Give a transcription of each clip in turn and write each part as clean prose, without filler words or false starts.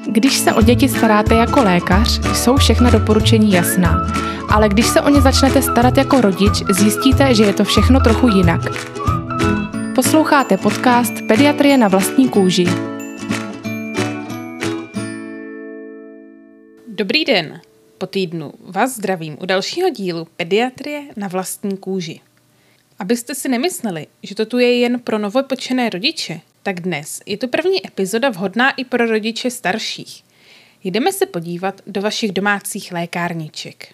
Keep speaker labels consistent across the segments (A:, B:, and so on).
A: Když se o děti staráte jako lékař, jsou všechna doporučení jasná. Ale když se o ně začnete starat jako rodič, zjistíte, že je to všechno trochu jinak. Posloucháte podcast Pediatrie na vlastní kůži.
B: Dobrý den, po týdnu vás zdravím u dalšího dílu Pediatrie na vlastní kůži. Abyste si nemysleli, že to tu je jen pro novopočené rodiče, tak dnes je to první epizoda vhodná i pro rodiče starších. Jdeme se podívat do vašich domácích lékárniček.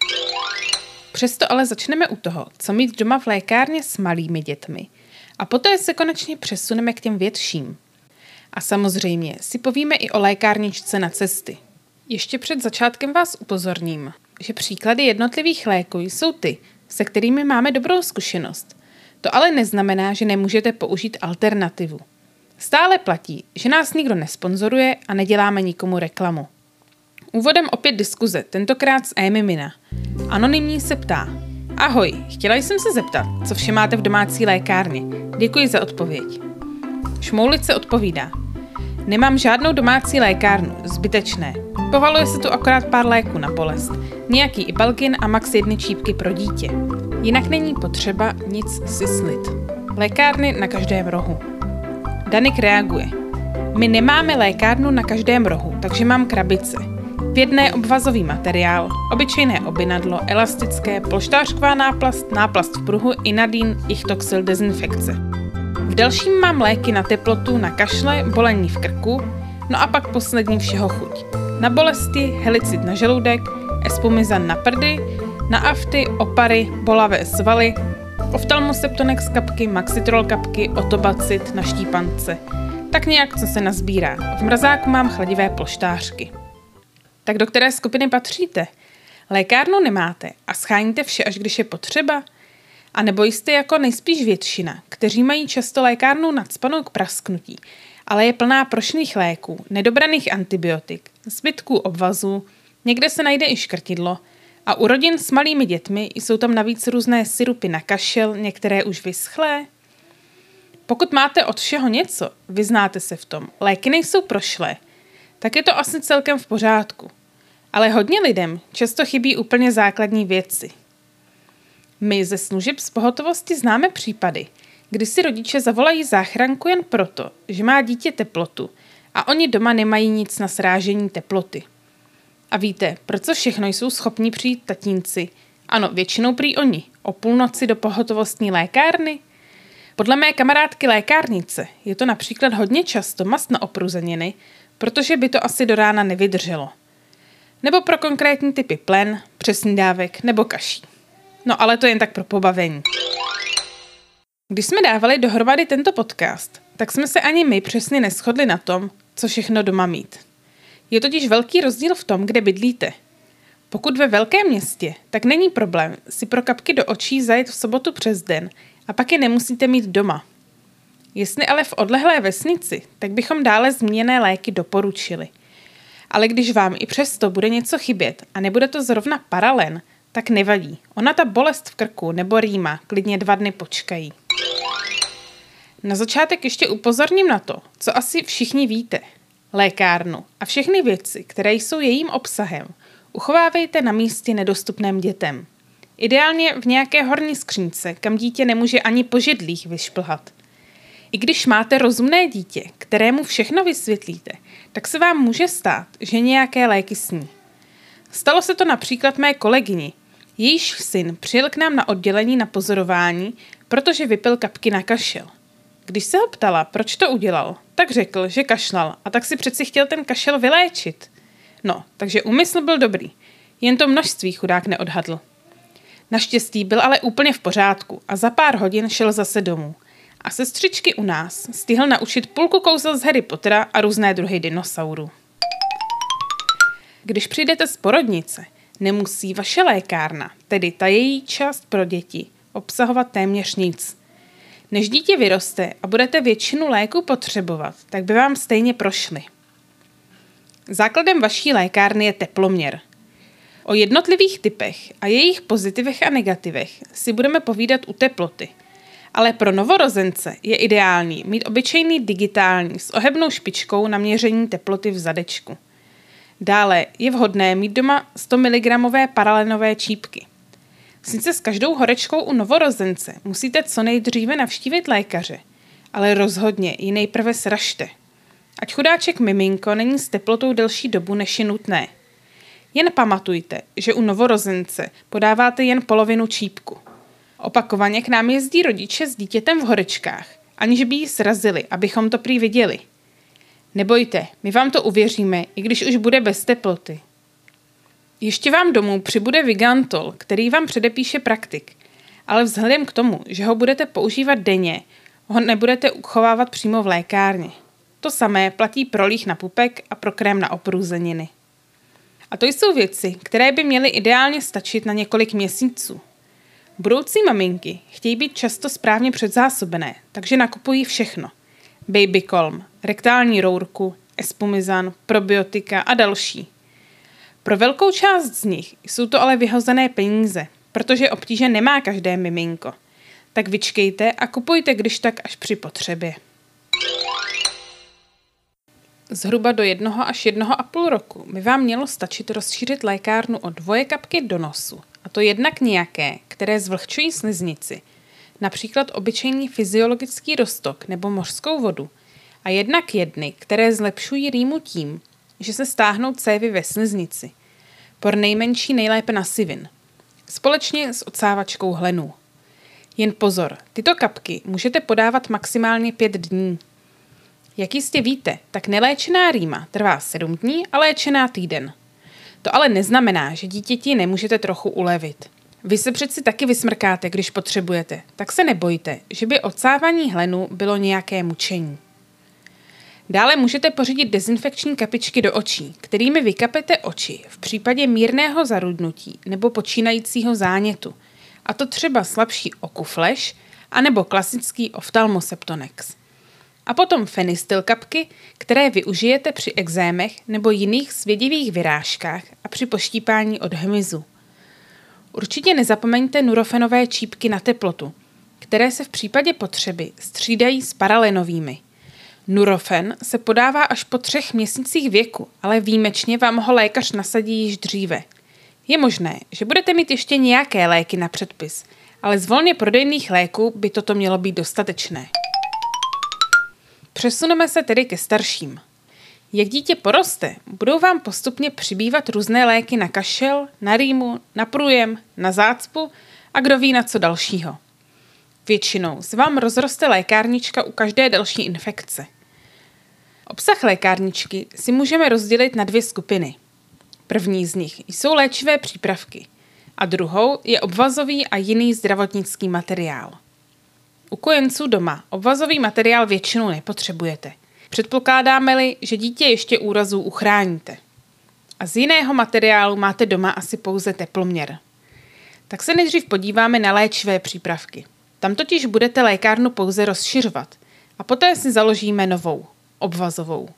B: Přesto ale začneme u toho, co mít doma v lékárně s malými dětmi. A poté se konečně přesuneme k těm větším. A samozřejmě si povíme i o lékárničce na cesty. Ještě před začátkem vás upozorním, že příklady jednotlivých léků jsou ty, se kterými máme dobrou zkušenost. To ale neznamená, že nemůžete použít alternativu. Stále platí, že nás nikdo nesponzoruje a neděláme nikomu reklamu. Úvodem opět diskuze, tentokrát s Émimina. Anonymní se ptá: Ahoj, chtěla jsem se zeptat, co vše máte v domácí lékárně. Děkuji za odpověď. Šmoulice odpovídá: Nemám žádnou domácí lékárnu, zbytečné. Povaluje se tu akorát pár léků na bolest, nějaký Ibalgin a max 1 čípky pro dítě. Jinak není potřeba nic syslit. Lékárny na každém rohu. Danik reaguje: My nemáme lékárnu na každém rohu, takže mám krabice. V jedné obvazový materiál, obyčejné obinadlo, elastické, polštářková náplast v pruhu, Inadin, Ichtoxil, dezinfekce. V dalším mám léky na teplotu, na kašle, bolení v krku, no a pak poslední všeho chuť. Na bolesti, helicid na žaludek, espumizan na prdy, na afty, opary, bolavé svaly, oftalmoseptonex kapky, maxitrol kapky, otobacid na štípance. Tak nějak, co se nazbírá. V mrazáku mám chladivé polštářky. Tak do které skupiny patříte? Lékárnu nemáte a scháníte vše, až když je potřeba? A nebo jste jako nejspíš většina, kteří mají často lékárnu nacpanou k prasknutí, ale je plná prošných léků, nedobraných antibiotik, zbytků obvazů, někde se najde i škrtidlo a u rodin s malými dětmi jsou tam navíc různé sirupy na kašel, některé už vyschlé. Pokud máte od všeho něco, vyznáte se v tom, léky nejsou prošlé, tak je to asi celkem v pořádku. Ale hodně lidem často chybí úplně základní věci. My ze služeb z pohotovosti známe případy, kdy si rodiče zavolají záchranku jen proto, že má dítě teplotu a oni doma nemají nic na srážení teploty. A víte, pro co všechno jsou schopni přijít tatínci? Ano, většinou prý oni, o půlnoci do pohotovostní lékárny. Podle mé kamarádky lékárnice je to například hodně často mast na opruzeniny, protože by to asi do rána nevydrželo. Nebo pro konkrétní typy plen, přesnídávek nebo kaší. No ale to jen tak pro pobavení. Když jsme dávali dohromady tento podcast, tak jsme se ani my přesně neshodli na tom, co všechno doma mít. Je totiž velký rozdíl v tom, kde bydlíte. Pokud ve velkém městě, tak není problém si pro kapky do očí zajet v sobotu přes den a pak je nemusíte mít doma. Jestli ale v odlehlé vesnici, tak bychom dále zmíněné léky doporučili. Ale když vám i přesto bude něco chybět a nebude to zrovna paralen, tak nevadí. Ona ta bolest v krku nebo rýma klidně 2 dny počkají. Na začátek ještě upozorním na to, co asi všichni víte. Lékárnu a všechny věci, které jsou jejím obsahem, uchovávejte na místě nedostupném dětem. Ideálně v nějaké horní skřínce, kam dítě nemůže ani po židlích vyšplhat. I když máte rozumné dítě, kterému všechno vysvětlíte, tak se vám může stát, že nějaké léky sní. Stalo se to například mé kolegyni. Jejíž syn přijel k nám na oddělení na pozorování, protože vypil kapky na kašel. Když se ho ptala, proč to udělal, tak řekl, že kašlal a tak si přeci chtěl ten kašel vyléčit. No, takže úmysl byl dobrý, jen to množství chudák neodhadl. Naštěstí byl ale úplně v pořádku a za pár hodin šel zase domů. A sestřičky u nás stihl naučit půlku kouzel z Harry Pottera a různé druhy dinosaurů. Když přijdete z porodnice, nemusí vaše lékárna, tedy ta její část pro děti, obsahovat téměř nic. Než dítě vyroste a budete většinu léků potřebovat, tak by vám stejně prošly. Základem vaší lékárny je teploměr. O jednotlivých typech a jejich pozitivech a negativech si budeme povídat u teploty. Ale pro novorozence je ideální mít obyčejný digitální s ohebnou špičkou na měření teploty v zadečku. Dále je vhodné mít doma 100 mg paralenové čípky. Sice s každou horečkou u novorozence musíte co nejdříve navštívit lékaře, ale rozhodně ji nejprve sražte. Ať chudáček miminko není s teplotou delší dobu, než je nutné. Jen pamatujte, že u novorozence podáváte jen polovinu čípku. Opakovaně k nám jezdí rodiče s dítětem v horečkách, aniž by ji srazili, abychom to prý viděli. Nebojte, my vám to uvěříme, i když už bude bez teploty. Ještě vám domů přibude Vigantol, který vám předepíše praktik, ale vzhledem k tomu, že ho budete používat denně, ho nebudete uchovávat přímo v lékárně. To samé platí pro líh na pupek a pro krém na oprůzeniny. A to jsou věci, které by měly ideálně stačit na několik měsíců. Budoucí maminky chtějí být často správně předzásobené, takže nakupují všechno. Baby Calm, rektální rourku, Espumizan, probiotika a další. Pro velkou část z nich jsou to ale vyhozené peníze, protože obtíže nemá každé miminko. Tak vyčkejte a kupujte když tak až při potřebě. Zhruba do 1 až 1,5 roku by vám mělo stačit rozšířit lékárnu o 2 kapky do nosu. A to jednak nějaké, které zvlhčují sliznici, například obyčejný fyziologický roztok nebo mořskou vodu, a jednak jedny, které zlepšují rýmu tím, že se stáhnou cévy ve sliznici. Por nejmenší nejlépe na sivin. Společně s odsávačkou hlenů. Jen pozor, tyto kapky můžete podávat maximálně 5 dní. Jak jistě víte, tak neléčená rýma trvá 7 dní a léčená týden. To ale neznamená, že dítěti nemůžete trochu ulevit. Vy se přeci taky vysmrkáte, když potřebujete, tak se nebojte, že by odsávání hlenu bylo nějaké mučení. Dále můžete pořídit dezinfekční kapičky do očí, kterými vykapete oči v případě mírného zarudnutí nebo počínajícího zánětu, a to třeba slabší Ocuflash anebo klasický Oftalmoseptonex. A potom Fenistil kapky, které využijete při ekzémech nebo jiných svědivých vyrážkách a při poštípání od hmyzu. Určitě nezapomeňte nurofenové čípky na teplotu, které se v případě potřeby střídají s paralenovými. Nurofen se podává až po 3 měsících věku, ale výjimečně vám ho lékař nasadí již dříve. Je možné, že budete mít ještě nějaké léky na předpis, ale z volně prodejných léků by toto mělo být dostatečné. Přesuneme se tedy ke starším. Jak dítě poroste, budou vám postupně přibývat různé léky na kašel, na rýmu, na průjem, na zácpu a kdo ví na co dalšího. Většinou se vám rozroste lékárnička u každé další infekce. Obsah lékárničky si můžeme rozdělit na 2 skupiny. První z nich jsou léčivé přípravky a druhou je obvazový a jiný zdravotnický materiál. U kojenců doma obvazový materiál většinou nepotřebujete. Předpokládáme-li, že dítě ještě úrazů uchráníte. A z jiného materiálu máte doma asi pouze teploměr. Tak se nejdřív podíváme na léčivé přípravky. Tam totiž budete lékárnu pouze rozšiřovat a poté si založíme novou, obvazovou.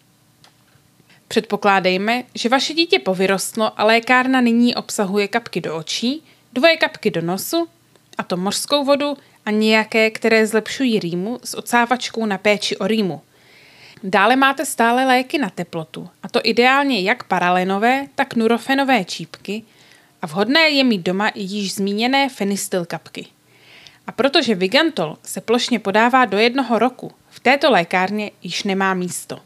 B: Předpokládejme, že vaše dítě povyrostlo a lékárna nyní obsahuje kapky do očí, 2 kapky do nosu, a to mořskou vodu a nějaké, které zlepšují rýmu s odsávačkou na péči o rýmu. Dále máte stále léky na teplotu, a to ideálně jak paralenové, tak nurofenové čípky, a vhodné je mít doma i již zmíněné Fenistil kapky. A protože Vigantol se plošně podává do 1 roku, v této lékárně již nemá místo.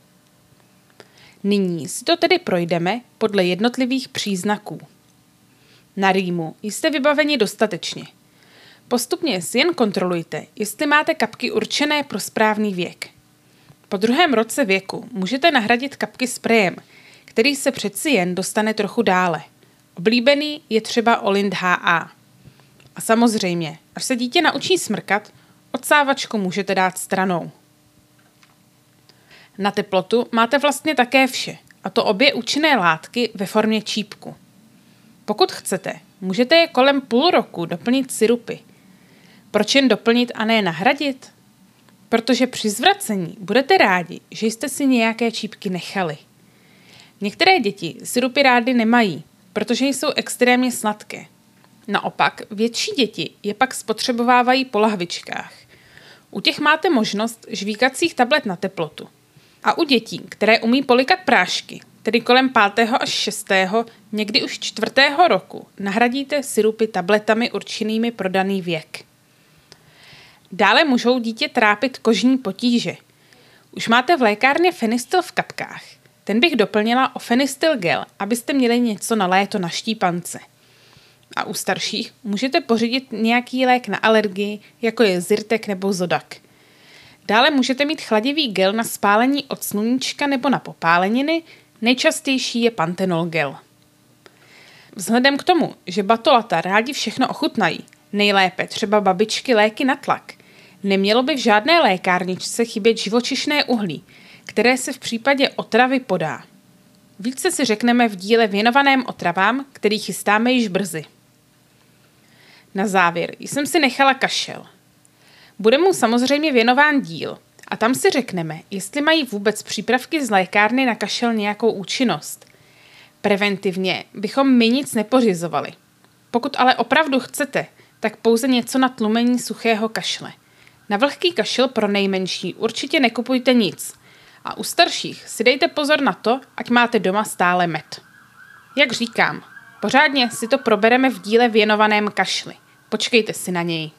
B: Nyní si to tedy projdeme podle jednotlivých příznaků. Na rýmu jste vybaveni dostatečně. Postupně si jen kontrolujte, jestli máte kapky určené pro správný věk. Po 2. roce věku můžete nahradit kapky sprejem, který se přeci jen dostane trochu dále. Oblíbený je třeba Olind HA. A samozřejmě, až se dítě naučí smrkat, odsávačku můžete dát stranou. Na teplotu máte vlastně také vše, a to obě účinné látky ve formě čípku. Pokud chcete, můžete je kolem půl roku doplnit sirupy. Proč jen doplnit a ne nahradit? Protože při zvracení budete rádi, že jste si nějaké čípky nechali. Některé děti sirupy rády nemají, protože jsou extrémně sladké. Naopak, větší děti je pak spotřebovávají po lahvičkách. U těch máte možnost žvíkacích tablet na teplotu. A u dětí, které umí polikat prášky, tedy kolem 5. až 6., někdy už 4. roku, nahradíte sirupy tabletami určenými pro daný věk. Dále můžou dítě trápit kožní potíže. Už máte v lékárně fenistil v kapkách. Ten bych doplnila o fenistil gel, abyste měli něco na léto na štípance. A u starších můžete pořídit nějaký lék na alergii, jako je Zyrtec nebo Zodac. Dále můžete mít chladivý gel na spálení od sluníčka nebo na popáleniny, nejčastější je Panthenol gel. Vzhledem k tomu, že batolata rádi všechno ochutnají, nejlépe třeba babičky léky na tlak, nemělo by v žádné lékárničce chybět živočišné uhlí, které se v případě otravy podá. Více si řekneme v díle věnovaném otravám, který chystáme již brzy. Na závěr jsem si nechala kašel. Bude mu samozřejmě věnován díl a tam si řekneme, jestli mají vůbec přípravky z lékárny na kašel nějakou účinnost. Preventivně bychom my nic nepořizovali. Pokud ale opravdu chcete, tak pouze něco na tlumení suchého kašle. Na vlhký kašel pro nejmenší určitě nekupujte nic. A u starších si dejte pozor na to, ať máte doma stále med. Jak říkám, pořádně si to probereme v díle věnovaném kašli. Počkejte si na něj.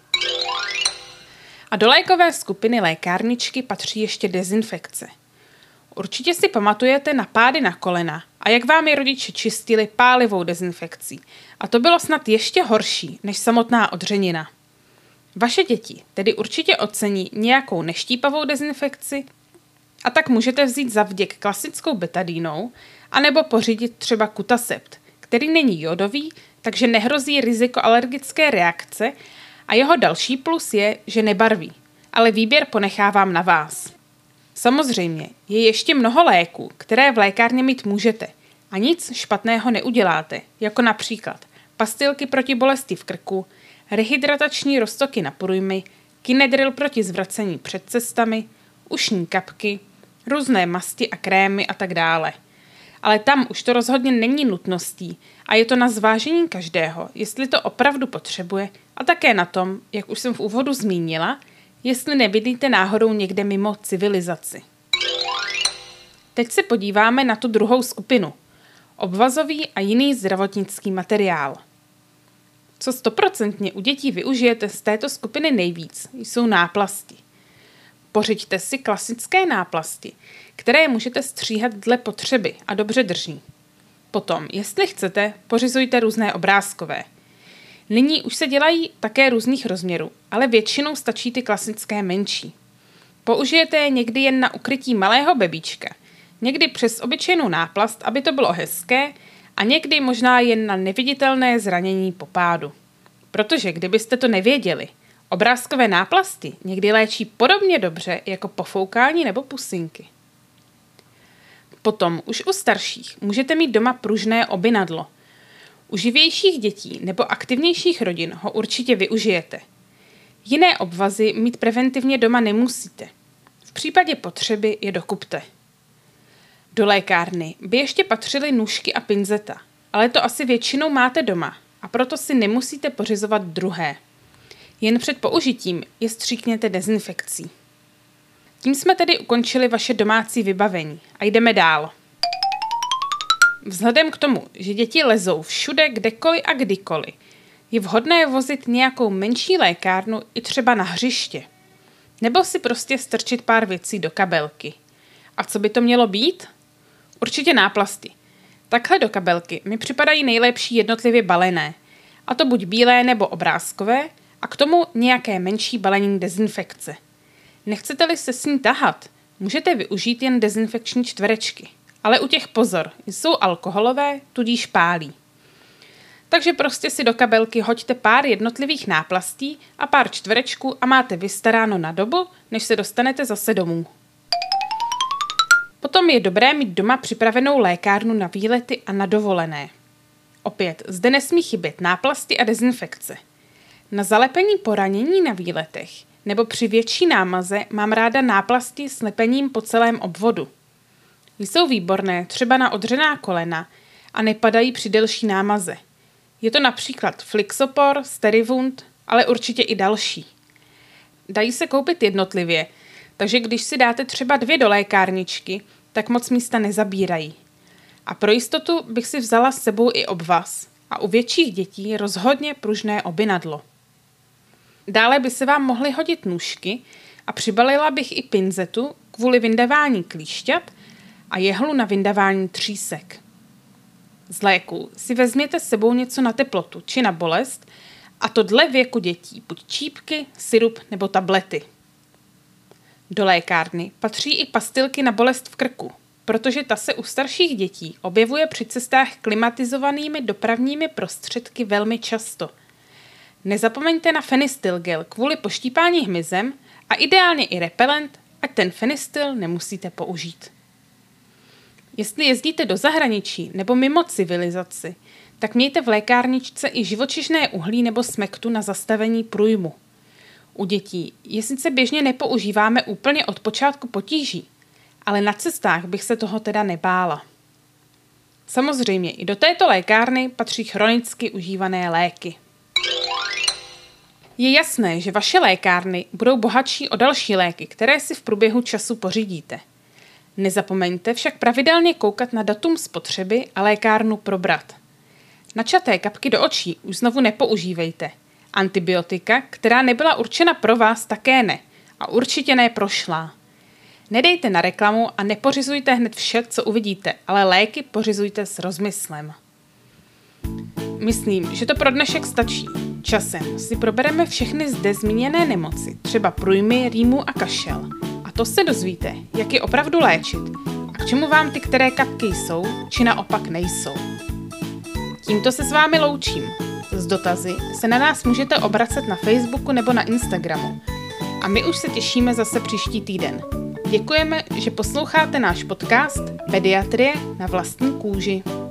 B: A do lékové skupiny lékárničky patří ještě dezinfekce. Určitě si pamatujete na pády na kolena a jak vám je rodiče čistili pálivou dezinfekcí. A to bylo snad ještě horší než samotná odřenina. Vaše děti tedy určitě ocení nějakou neštípavou dezinfekci a tak můžete vzít za vděk klasickou betadínou anebo pořídit třeba Cutasept, který není jodový, takže nehrozí riziko alergické reakce a jeho další plus je, že nebarví, ale výběr ponechávám na vás. Samozřejmě je ještě mnoho léků, které v lékárně mít můžete a nic špatného neuděláte, jako například pastilky proti bolesti v krku, rehydratační roztoky na průjmy, Kinedril proti zvracení před cestami, ušní kapky, různé masti a krémy a tak dále. Ale tam už to rozhodně není nutností a je to na zvážení každého, jestli to opravdu potřebuje a také na tom, jak už jsem v úvodu zmínila, jestli nebydlíte náhodou někde mimo civilizaci. Teď se podíváme na tu druhou skupinu. Obvazový a jiný zdravotnický materiál. Co 100% u dětí využijete z této skupiny nejvíc, jsou náplasti. Pořiďte si klasické náplasti, které můžete stříhat dle potřeby a dobře drží. Potom, jestli chcete, pořizujte různé obrázkové. Nyní už se dělají také různých rozměrů, ale většinou stačí ty klasické menší. Použijete je někdy jen na ukrytí malého bebíčka, někdy přes obyčejnou náplast, aby to bylo hezké, a někdy možná jen na neviditelné zranění po pádu. Protože kdybyste to nevěděli, obrázkové náplasty někdy léčí podobně dobře jako pofoukání nebo pusinky. Potom už u starších můžete mít doma pružné obynadlo. U živějších dětí nebo aktivnějších rodin ho určitě využijete. Jiné obvazy mít preventivně doma nemusíte. V případě potřeby je dokupte. Do lékárny by ještě patřily nůžky a pinzeta, ale to asi většinou máte doma a proto si nemusíte pořizovat druhé. Jen před použitím je stříkněte dezinfekcí. Tím jsme tedy ukončili vaše domácí vybavení a jdeme dál. Vzhledem k tomu, že děti lezou všude, kdekoliv a kdykoliv, je vhodné vozit nějakou menší lékárnu i třeba na hřiště. Nebo si prostě strčit pár věcí do kabelky. A co by to mělo být? Určitě náplasty. Takhle do kabelky mi připadají nejlepší jednotlivě balené. A to buď bílé nebo obrázkové a k tomu nějaké menší balení dezinfekce. Nechcete-li se s ní tahat, můžete využít jen dezinfekční čtverečky. Ale u těch pozor, jsou alkoholové, tudíž pálí. Takže prostě si do kabelky hoďte pár jednotlivých náplastí a pár čtverečků a máte vystaráno na dobu, než se dostanete zase domů. Potom je dobré mít doma připravenou lékárnu na výlety a na dovolené. Opět, zde nesmí chybět náplasty a dezinfekce. Na zalepení po ranění na výletech nebo při větší námaze mám ráda náplasti s lepením po celém obvodu. Jsou výborné třeba na odřená kolena a nepadají při delší námaze. Je to například Flixopor, Steriwund, ale určitě i další. Dají se koupit jednotlivě, takže když si dáte třeba 2 do lékárničky, tak moc místa nezabírají. A pro jistotu bych si vzala s sebou i obvaz a u větších dětí rozhodně pružné obinadlo. Dále by se vám mohly hodit nůžky a přibalila bych i pinzetu kvůli vyndavání klíšťat a jehlu na vyndavání třísek. Z léku si vezměte s sebou něco na teplotu či na bolest, a to dle věku dětí, buď čípky, sirup nebo tablety. Do lékárny patří i pastilky na bolest v krku, protože ta se u starších dětí objevuje při cestách klimatizovanými dopravními prostředky velmi často. Nezapomeňte na fenistilgel kvůli poštípání hmyzem a ideálně i repelent, ať ten fenistil nemusíte použít. Jestli jezdíte do zahraničí nebo mimo civilizaci, tak mějte v lékárničce i živočišné uhlí nebo smektu na zastavení průjmu. U dětí je sice běžně nepoužíváme úplně od počátku potíží, ale na cestách bych se toho teda nebála. Samozřejmě i do této lékárny patří chronicky užívané léky. Je jasné, že vaše lékárny budou bohatší o další léky, které si v průběhu času pořídíte. Nezapomeňte však pravidelně koukat na datum spotřeby a lékárnu probrat. Načaté kapky do očí už znovu nepoužívejte. Antibiotika, která nebyla určena pro vás, také ne. A určitě ne prošlá. Nedejte na reklamu a nepořizujte hned vše, co uvidíte, ale léky pořizujte s rozmyslem. Myslím, že to pro dnešek stačí. Časem si probereme všechny zde zmíněné nemoci, třeba průjmy, rýmu a kašel. A to se dozvíte, jak je opravdu léčit a k čemu vám ty které kapky jsou, či naopak nejsou. Tímto se s vámi loučím. S dotazy se na nás můžete obracet na Facebooku nebo na Instagramu. A my už se těšíme zase příští týden. Děkujeme, že posloucháte náš podcast Pediatrie na vlastní kůži.